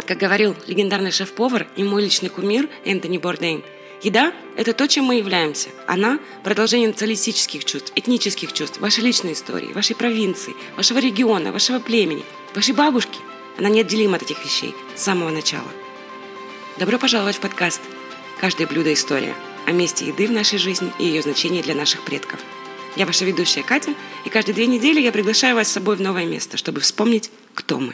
Как говорил легендарный шеф-повар и мой личный кумир Энтони Бордейн, еда – это то, чем мы являемся. Она – продолжение националистических чувств, этнических чувств, вашей личной истории, вашей провинции, вашего региона, вашего племени, вашей бабушки. Она неотделима от этих вещей с самого начала. Добро пожаловать в подкаст «Каждое блюдо – история» о месте еды в нашей жизни и ее значении для наших предков. Я ваша ведущая Катя, и каждые 2 недели я приглашаю вас с собой в новое место, чтобы вспомнить, кто мы.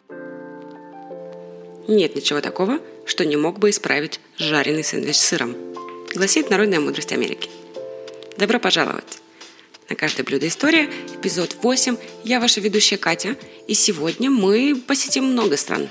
Нет ничего такого, что не мог бы исправить жареный сэндвич с сыром, гласит народная мудрость Америки. Добро пожаловать! На «Каждое блюдо – история», эпизод 8. Я ваша ведущая Катя, и сегодня мы посетим много стран.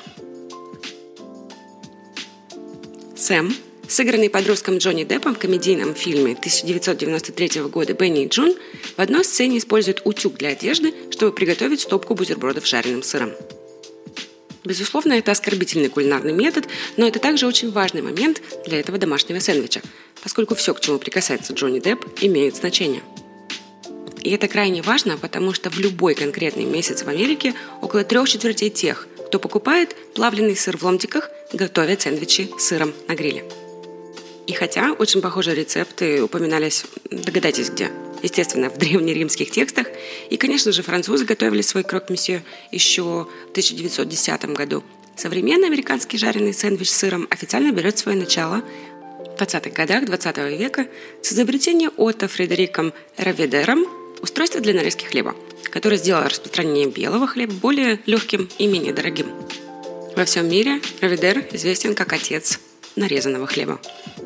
Сэм, сыгранный подростком Джонни Деппом в комедийном фильме 1993 года «Бенни и Джун», в одной сцене использует утюг для одежды, чтобы приготовить стопку бутербродов с жареным сыром. Безусловно, это оскорбительный кулинарный метод, но это также очень важный момент для этого домашнего сэндвича, поскольку все, к чему прикасается Джонни Депп, имеет значение. И это крайне важно, потому что в любой конкретный месяц в Америке около 3/4 тех, кто покупает плавленый сыр в ломтиках, готовят сэндвичи с сыром на гриле. И хотя очень похожие рецепты упоминались, догадайтесь где, естественно, в древнеримских текстах, и, конечно же, французы готовили свой крок-месье еще в 1910 году, современный американский жареный сэндвич с сыром официально берет свое начало в 20-х годах 20 века с изобретения Отто Фредериком Раведером устройства для нарезки хлеба, которое сделало распространение белого хлеба более легким и менее дорогим. Во всем мире Раведер известен как отец нарезанного хлеба.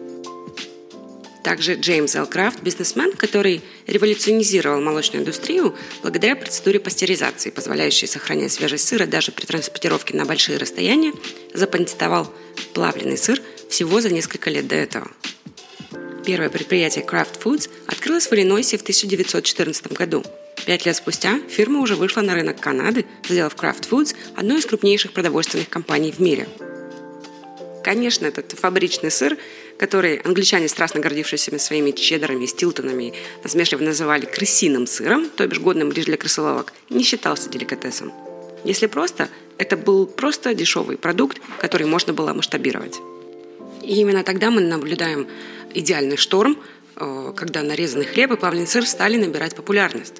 Также Джеймс Л. Крафт, бизнесмен, который революционизировал молочную индустрию благодаря процедуре пастеризации, позволяющей сохранять свежесть сыра даже при транспортировке на большие расстояния, запатентовал плавленый сыр всего за несколько лет до этого. Первое предприятие Kraft Foods открылось в Иллинойсе в 1914 году. 5 лет спустя фирма уже вышла на рынок Канады, сделав Kraft Foods одной из крупнейших продовольственных компаний в мире. Конечно, этот фабричный сыр, который англичане, страстно гордившиеся своими чеддерами и стилтонами, насмешливо называли крысиным сыром, то бишь годным лишь для крысоловок, не считался деликатесом. Если просто, это был просто дешевый продукт, который можно было масштабировать. И именно тогда мы наблюдаем идеальный шторм, когда нарезанный хлеб и плавленый сыр стали набирать популярность.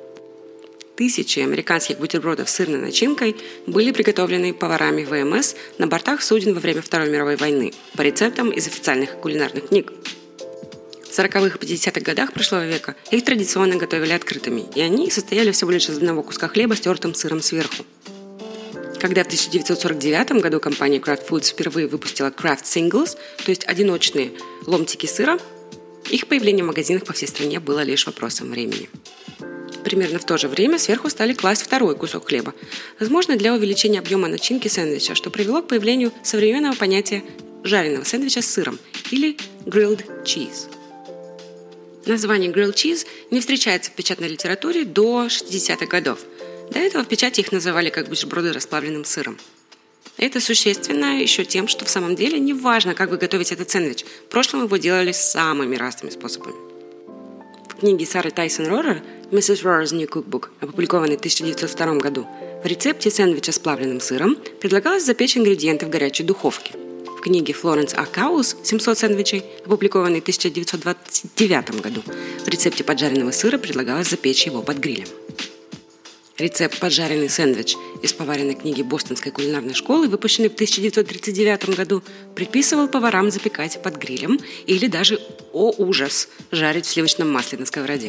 Тысячи американских бутербродов с сырной начинкой были приготовлены поварами ВМС на бортах суден во время Второй мировой войны по рецептам из официальных кулинарных книг. В 40-х и 50-х годах прошлого века их традиционно готовили открытыми, и они состояли всего лишь из одного куска хлеба с тертым сыром сверху. Когда в 1949 году компания Kraft Foods впервые выпустила Kraft Singles, то есть одиночные ломтики сыра, их появление в магазинах по всей стране было лишь вопросом времени. Примерно в то же время сверху стали класть второй кусок хлеба, возможно, для увеличения объема начинки сэндвича, что привело к появлению современного понятия жареного сэндвича с сыром или grilled cheese. Название grilled cheese не встречается в печатной литературе до 60-х годов. До этого в печати их называли как бутерброды расплавленным сыром. Это существенно еще тем, что в самом деле не важно, как вы готовите этот сэндвич. В прошлом его делали самыми разными способами. В книге Сары Тайсон Рорер «Mrs. Rorer's New Cookbook», опубликованной в 1902 году, в рецепте сэндвича с плавленным сыром предлагалось запечь ингредиенты в горячей духовке. В книге Флоренс А. Каулс «700 сэндвичей», опубликованной в 1929 году, в рецепте поджаренного сыра предлагалось запечь его под грилем. Рецепт «Поджаренный сэндвич» из поваренной книги Бостонской кулинарной школы, выпущенный в 1939 году, предписывал поварам запекать под грилем или даже, о ужас, жарить в сливочном масле на сковороде.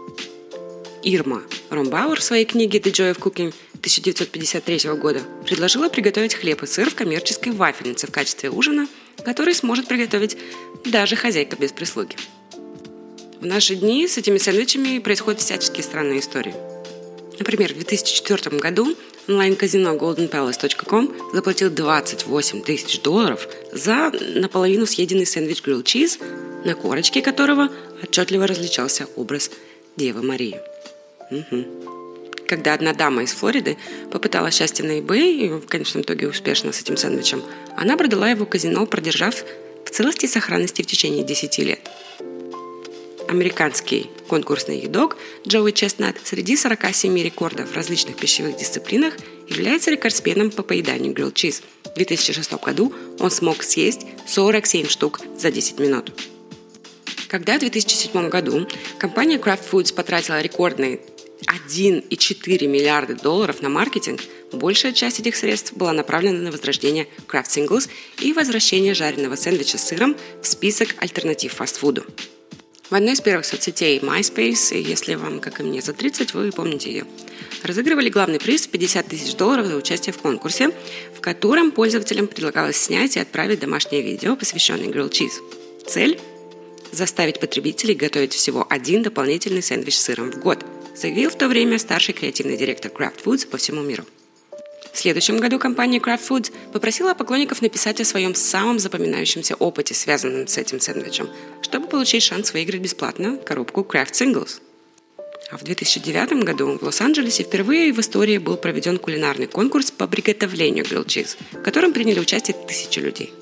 Ирма Ромбауэр в своей книге «The Joy of Cooking» 1953 года предложила приготовить хлеб и сыр в коммерческой вафельнице в качестве ужина, который сможет приготовить даже хозяйка без прислуги. В наши дни с этими сэндвичами происходят всяческие странные истории. Например, в 2004 году онлайн-казино goldenpalace.com заплатил $28 тысяч за наполовину съеденный сэндвич Grilled Cheese, на корочке которого отчетливо различался образ Девы Марии. Когда одна дама из Флориды попыталась счастье на eBay, и в конечном итоге успешно с этим сэндвичем, она продала его казино, продержав в целости и сохранности в течение 10 лет. американский конкурсный едок Джоуи Честнат среди 47 рекордов в различных пищевых дисциплинах является рекордсменом по поеданию grilled cheese. В 2006 году он смог съесть 47 штук за 10 минут. Когда в 2007 году компания Kraft Foods потратила рекордные $1,4 миллиарда на маркетинг, большая часть этих средств была направлена на возрождение Kraft Singles и возвращение жареного сэндвича с сыром в список альтернатив фастфуду. В одной из первых соцсетей MySpace, если вам, как и мне, за 30, вы помните ее, разыгрывали главный приз в $50 тысяч за участие в конкурсе, в котором пользователям предлагалось снять и отправить домашнее видео, посвященное grilled cheese. Цель – заставить потребителей готовить всего один дополнительный сэндвич с сыром в год, заявил в то время старший креативный директор Kraft Foods по всему миру. В следующем году компания Kraft Foods попросила поклонников написать о своем самом запоминающемся опыте, связанном с этим сэндвичем, чтобы получить шанс выиграть бесплатно коробку Kraft Singles. А в 2009 году в Лос-Анджелесе впервые в истории был проведен кулинарный конкурс по приготовлению grilled cheese, в котором приняли участие 1000 людей.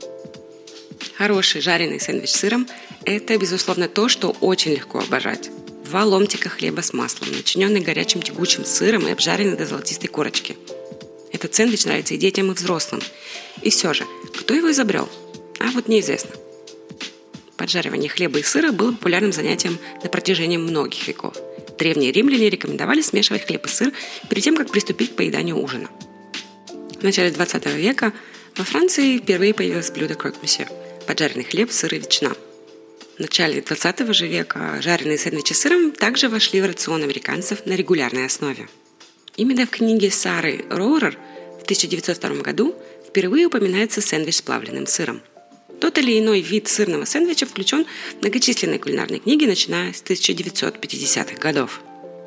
Хороший жареный сэндвич с сыром – это, безусловно, то, что очень легко обожать. 2 ломтика хлеба с маслом, начиненный горячим тягучим сыром и обжаренный до золотистой корочки. Этот сэндвич нравится и детям, и взрослым. И все же, кто его изобрел? А вот неизвестно. Поджаривание хлеба и сыра было популярным занятием на протяжении многих веков. Древние римляне рекомендовали смешивать хлеб и сыр перед тем, как приступить к поеданию ужина. В начале 20 века во Франции впервые появилось блюдо крок-месье – поджаренный хлеб, сыр и ветчина. В начале 20 же века жареные сэндвичи с сыром также вошли в рацион американцев на регулярной основе. Именно в книге Сары Роурер в 1902 году впервые упоминается сэндвич с плавленным сыром. Тот или иной вид сырного сэндвича включен в многочисленные кулинарные книги, начиная с 1950-х годов.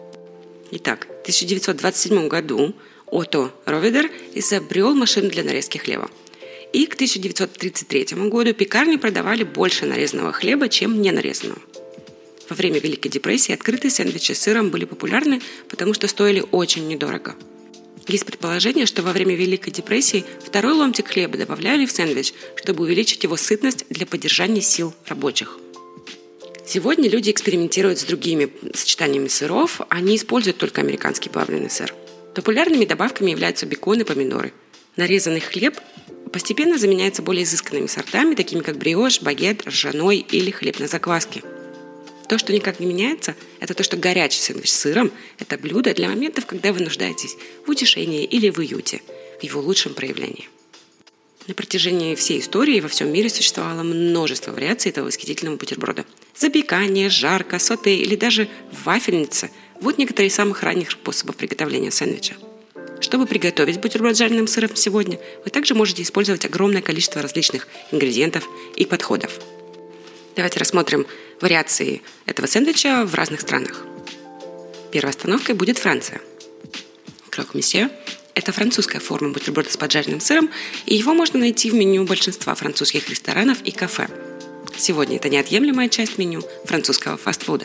Итак, в 1927 году Отто Роведер изобрел машину для нарезки хлеба. И к 1933 году пекарни продавали больше нарезанного хлеба, чем ненарезанного. Во время Великой депрессии открытые сэндвичи с сыром были популярны, потому что стоили очень недорого. Есть предположение, что во время Великой депрессии 2-й ломтик хлеба добавляли в сэндвич, чтобы увеличить его сытность для поддержания сил рабочих. Сегодня люди экспериментируют с другими сочетаниями сыров, они используют только американский плавленый сыр. Популярными добавками являются бекон и помидоры. Нарезанный хлеб постепенно заменяется более изысканными сортами, такими как бриош, багет, ржаной или хлеб на закваске. То, что никак не меняется, это то, что горячий сэндвич с сыром – это блюдо для моментов, когда вы нуждаетесь в утешении или в уюте, в его лучшем проявлении. На протяжении всей истории во всем мире существовало множество вариаций этого восхитительного бутерброда. Запекание, жарка, соте или даже вафельница – вот некоторые из самых ранних способов приготовления сэндвича. Чтобы приготовить бутерброд с жареным сыром сегодня, вы также можете использовать огромное количество различных ингредиентов и подходов. Давайте рассмотрим вариации этого сэндвича в разных странах. Первой остановкой будет Франция. Крок-месье – это французская форма бутерброда с поджаренным сыром, и его можно найти в меню большинства французских ресторанов и кафе. Сегодня это неотъемлемая часть меню французского фастфуда.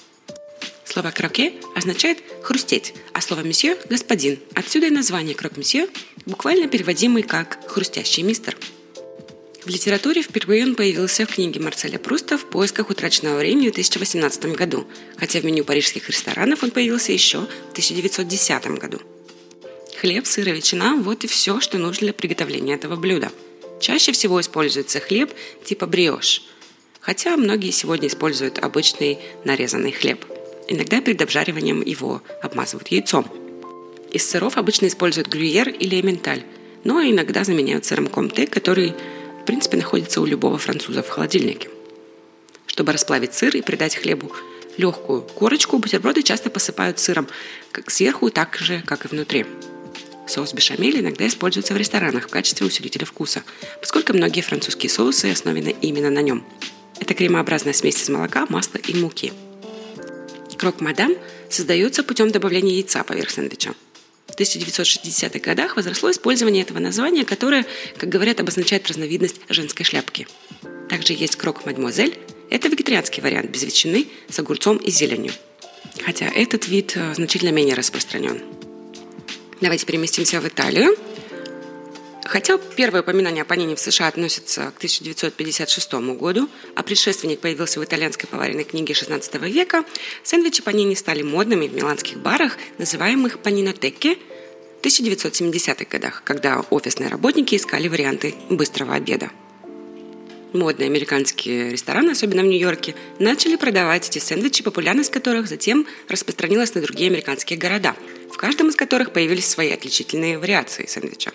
Слово «кроке» означает «хрустеть», а слово «месье» – «господин». Отсюда и название «крок-месье», буквально переводимый как «хрустящий мистер». В литературе впервые он появился в книге Марселя Пруста «В поисках утраченного времени» в 2018 году, хотя в меню парижских ресторанов он появился еще в 1910 году. Хлеб, сыр и ветчина – вот и все, что нужно для приготовления этого блюда. Чаще всего используется хлеб типа бриош, хотя многие сегодня используют обычный нарезанный хлеб. Иногда перед обжариванием его обмазывают яйцом. Из сыров обычно используют грюйер или эмменталь, но иногда заменяют сыром комте, который в принципе находится у любого француза в холодильнике. Чтобы расплавить сыр и придать хлебу легкую корочку, бутерброды часто посыпают сыром как сверху, так же, как и внутри. Соус бешамель иногда используется в ресторанах в качестве усилителя вкуса, поскольку многие французские соусы основаны именно на нем. Это кремообразная смесь из молока, масла и муки. Крок-мадам создается путем добавления яйца поверх сэндвича. В 1960-х годах возросло использование этого названия, которое, как говорят, обозначает разновидность женской шляпки. Также есть крок-мадемуазель. Это вегетарианский вариант без ветчины с огурцом и зеленью. Хотя этот вид значительно менее распространен. Давайте переместимся в Италию. Хотя первое упоминание о панине в США относится к 1956 году, а предшественник появился в итальянской поваренной книге XVI века, сэндвичи панини стали модными в миланских барах, называемых панинотекки, в 1970-х годах, когда офисные работники искали варианты быстрого обеда. Модные американские рестораны, особенно в Нью-Йорке, начали продавать эти сэндвичи, популярность которых затем распространилась на другие американские города, в каждом из которых появились свои отличительные вариации сэндвича.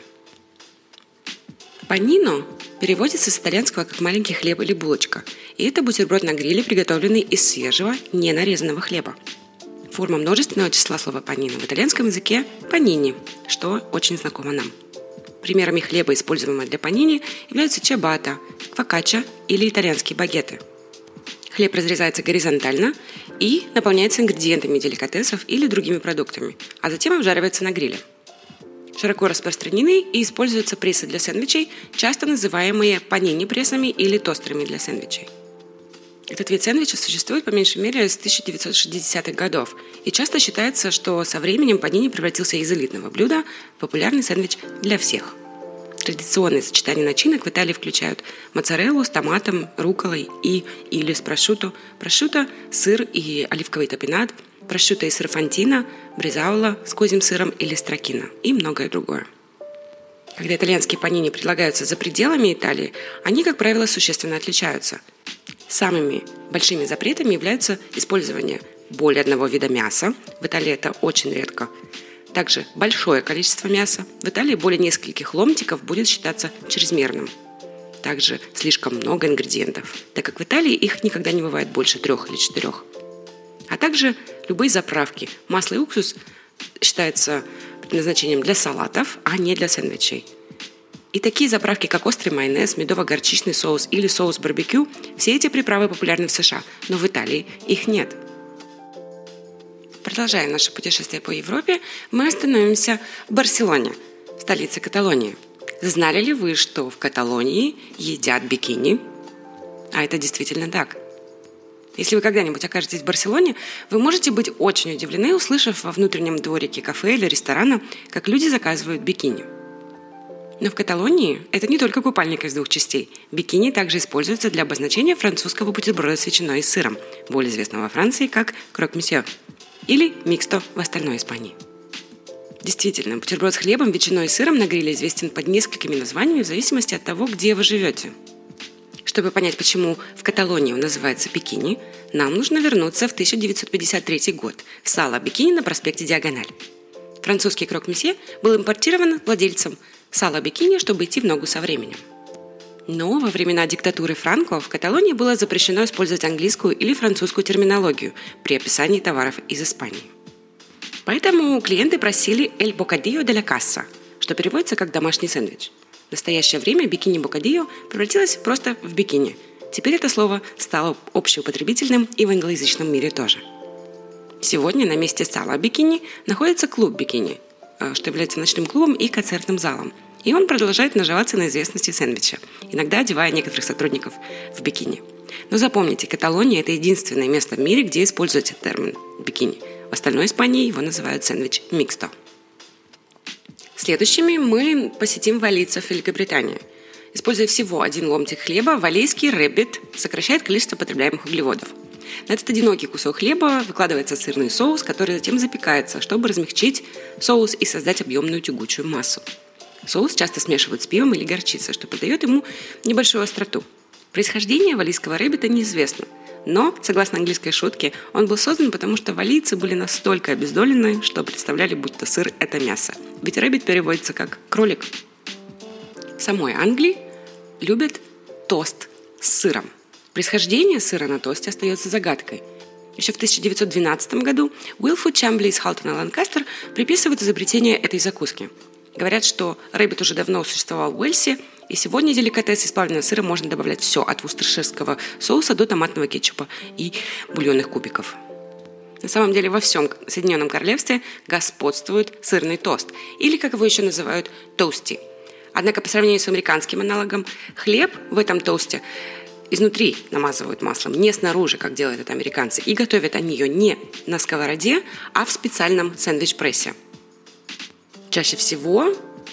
Панино переводится с итальянского как «маленький хлеб» или «булочка», и это бутерброд на гриле, приготовленный из свежего, не нарезанного хлеба. Форма множественного числа слова «панино» в итальянском языке «панини», что очень знакомо нам. Примерами хлеба, используемого для панини, являются чиабатта, фокачча или итальянские багеты. Хлеб разрезается горизонтально и наполняется ингредиентами деликатесов или другими продуктами, а затем обжаривается на гриле. Широко распространены и используются прессы для сэндвичей, часто называемые панини-прессами или тостерами для сэндвичей. Этот вид сэндвича существует по меньшей мере с 1960-х годов, и часто считается, что со временем панини превратился из элитного блюда в популярный сэндвич для всех. Традиционные сочетания начинок в Италии включают моцареллу с томатом, рукколой или с прошутто, сыр и оливковый топинад, прошутто и сыр фантино, бризаула с козьим сыром или стракино и многое другое. Когда итальянские панини предлагаются за пределами Италии, они, как правило, существенно отличаются. Самыми большими запретами являются использование более одного вида мяса, в Италии это очень редко, также большое количество мяса, в Италии более нескольких ломтиков будет считаться чрезмерным. Также слишком много ингредиентов, так как в Италии их никогда не бывает больше 3 или 4. А также любые заправки. Масло и уксус считаются предназначением для салатов, а не для сэндвичей. И такие заправки, как острый майонез, медово-горчичный соус или соус барбекю, все эти приправы популярны в США, но в Италии их нет. Продолжая наше путешествие по Европе, мы остановимся в Барселоне, столице Каталонии. Знали ли вы, что в Каталонии едят бикини? А это действительно так. Если вы когда-нибудь окажетесь в Барселоне, вы можете быть очень удивлены, услышав во внутреннем дворике кафе или ресторана, как люди заказывают бикини. Но в Каталонии это не только купальник из 2 частей. Бикини также используется для обозначения французского бутерброда с ветчиной и сыром, более известного во Франции как крок-месье, или миксто в остальной Испании. Действительно, бутерброд с хлебом, ветчиной и сыром на гриле известен под несколькими названиями в зависимости от того, где вы живете. Чтобы понять, почему в Каталонии он называется бикини, нам нужно вернуться в 1953 год в сало бикини на проспекте Диагональ. Французский крок-месье был импортирован владельцем сала бикини, чтобы идти в ногу со временем. Но во времена диктатуры Франко в Каталонии было запрещено использовать английскую или французскую терминологию при описании товаров из Испании. Поэтому клиенты просили «el bocadillo de la casa», что переводится как «домашний сэндвич». В настоящее время бикини-бокадильо превратилось просто в бикини. Теперь это слово стало общеупотребительным и в англоязычном мире тоже. Сегодня на месте сала бикини находится клуб бикини, что является ночным клубом и концертным залом. И он продолжает наживаться на известности сэндвича, иногда одевая некоторых сотрудников в бикини. Но запомните, Каталония – это единственное место в мире, где используется термин «бикини». В остальной Испании его называют сэндвич «миксто». Следующими мы посетим валлийцев Великобритании. Используя всего 1 ломтик хлеба, валлийский рэббит сокращает количество потребляемых углеводов. На этот одинокий кусок хлеба выкладывается сырный соус, который затем запекается, чтобы размягчить соус и создать объемную тягучую массу. Соус часто смешивают с пивом или горчицей, что придает ему небольшую остроту. Происхождение валлийского рэббита неизвестно, но, согласно английской шутке, он был создан потому, что валлийцы были настолько обездолены, что представляли, будто сыр – это мясо. Ведь рэббит переводится как «кролик». В самой Англии любят тост с сыром. Происхождение сыра на тосте остается загадкой. Еще в 1912 году Уилфуд Чамбли из Халтона, Ланкастер приписывают изобретение этой закуски. Говорят, что рэббит уже давно существовал в Уэльсе, и сегодня деликатес из плавленного сыра можно добавлять все, от вустерширского соуса до томатного кетчупа и бульонных кубиков. На самом деле во всем Соединенном Королевстве господствует сырный тост, или, как его еще называют, тоасти. Однако по сравнению с американским аналогом, хлеб в этом тосте изнутри намазывают маслом, не снаружи, как делают это американцы, и готовят они ее не на сковороде, а в специальном сэндвич-прессе. Чаще всего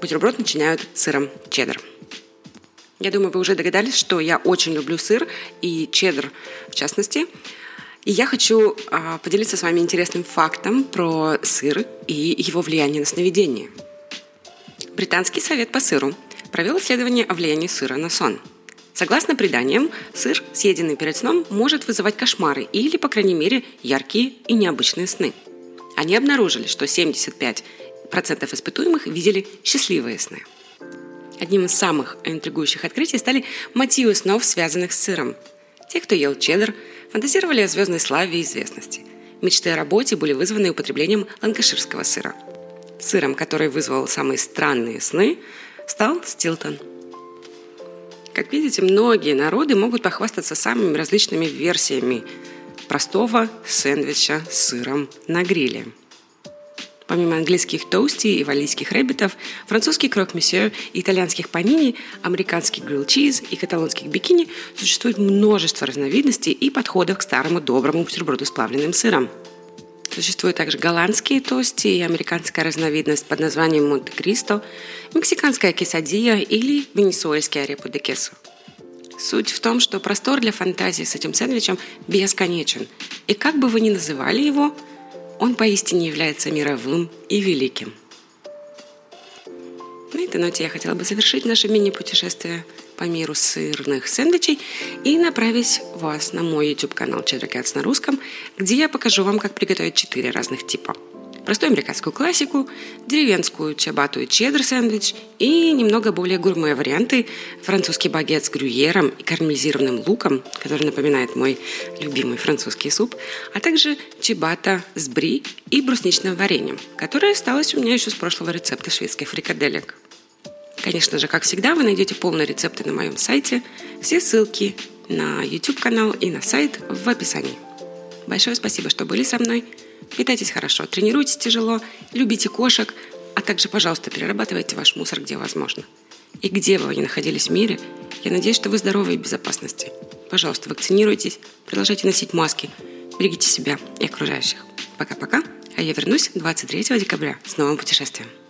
бутерброд начиняют сыром чеддер. Я думаю, вы уже догадались, что я очень люблю сыр и чеддер в частности. И я хочу поделиться с вами интересным фактом про сыр и его влияние на сновидение. Британский совет по сыру провел исследование о влиянии сыра на сон. Согласно преданиям, сыр, съеденный перед сном, может вызывать кошмары или, по крайней мере, яркие и необычные сны. Они обнаружили, что 75% испытуемых видели счастливые сны. Одним из самых интригующих открытий стали мотивы снов, связанных с сыром. Те, кто ел чеддер, фантазировали о звездной славе и известности. Мечты о работе были вызваны употреблением ланкаширского сыра. Сыром, который вызвал самые странные сны, стал Стилтон. Как видите, многие народы могут похвастаться самыми различными версиями простого сэндвича с сыром на гриле. Помимо английских тоусти и валлийских рэббитов, французский крок-месье, итальянских панини, американский грилл-чиз и каталонских бикини существует множество разновидностей и подходов к старому доброму бутерброду с плавленным сыром. Существуют также голландские тости и американская разновидность под названием Монте-Кристо, мексиканская quesadilla или венесуэльский арепо де queso. Суть в том, что простор для фантазии с этим сэндвичем бесконечен, и как бы вы ни называли его, он поистине является мировым и великим. На этой ноте я хотела бы завершить наше мини-путешествие по миру сырных сэндвичей и направить вас на мой YouTube-канал Cheddar Cats на русском, где я покажу вам, как приготовить 4 разных типа. Простую американскую классику, деревенскую чиабатту и чеддер сэндвич и немного более гурме варианты французский багет с грюйером и карамелизированным луком, который напоминает мой любимый французский суп, а также чиабатта с бри и брусничным вареньем, которое осталось у меня еще с прошлого рецепта шведских фрикаделек. Конечно же, как всегда, вы найдете полные рецепты на моем сайте. Все ссылки на YouTube-канал и на сайт в описании. Большое спасибо, что были со мной. Питайтесь хорошо, тренируйтесь тяжело, любите кошек, а также, пожалуйста, перерабатывайте ваш мусор, где возможно. И где бы вы ни находились в мире, я надеюсь, что вы здоровы и в безопасности. Пожалуйста, вакцинируйтесь, продолжайте носить маски, берегите себя и окружающих. Пока-пока, а я вернусь 23 декабря с новым путешествием.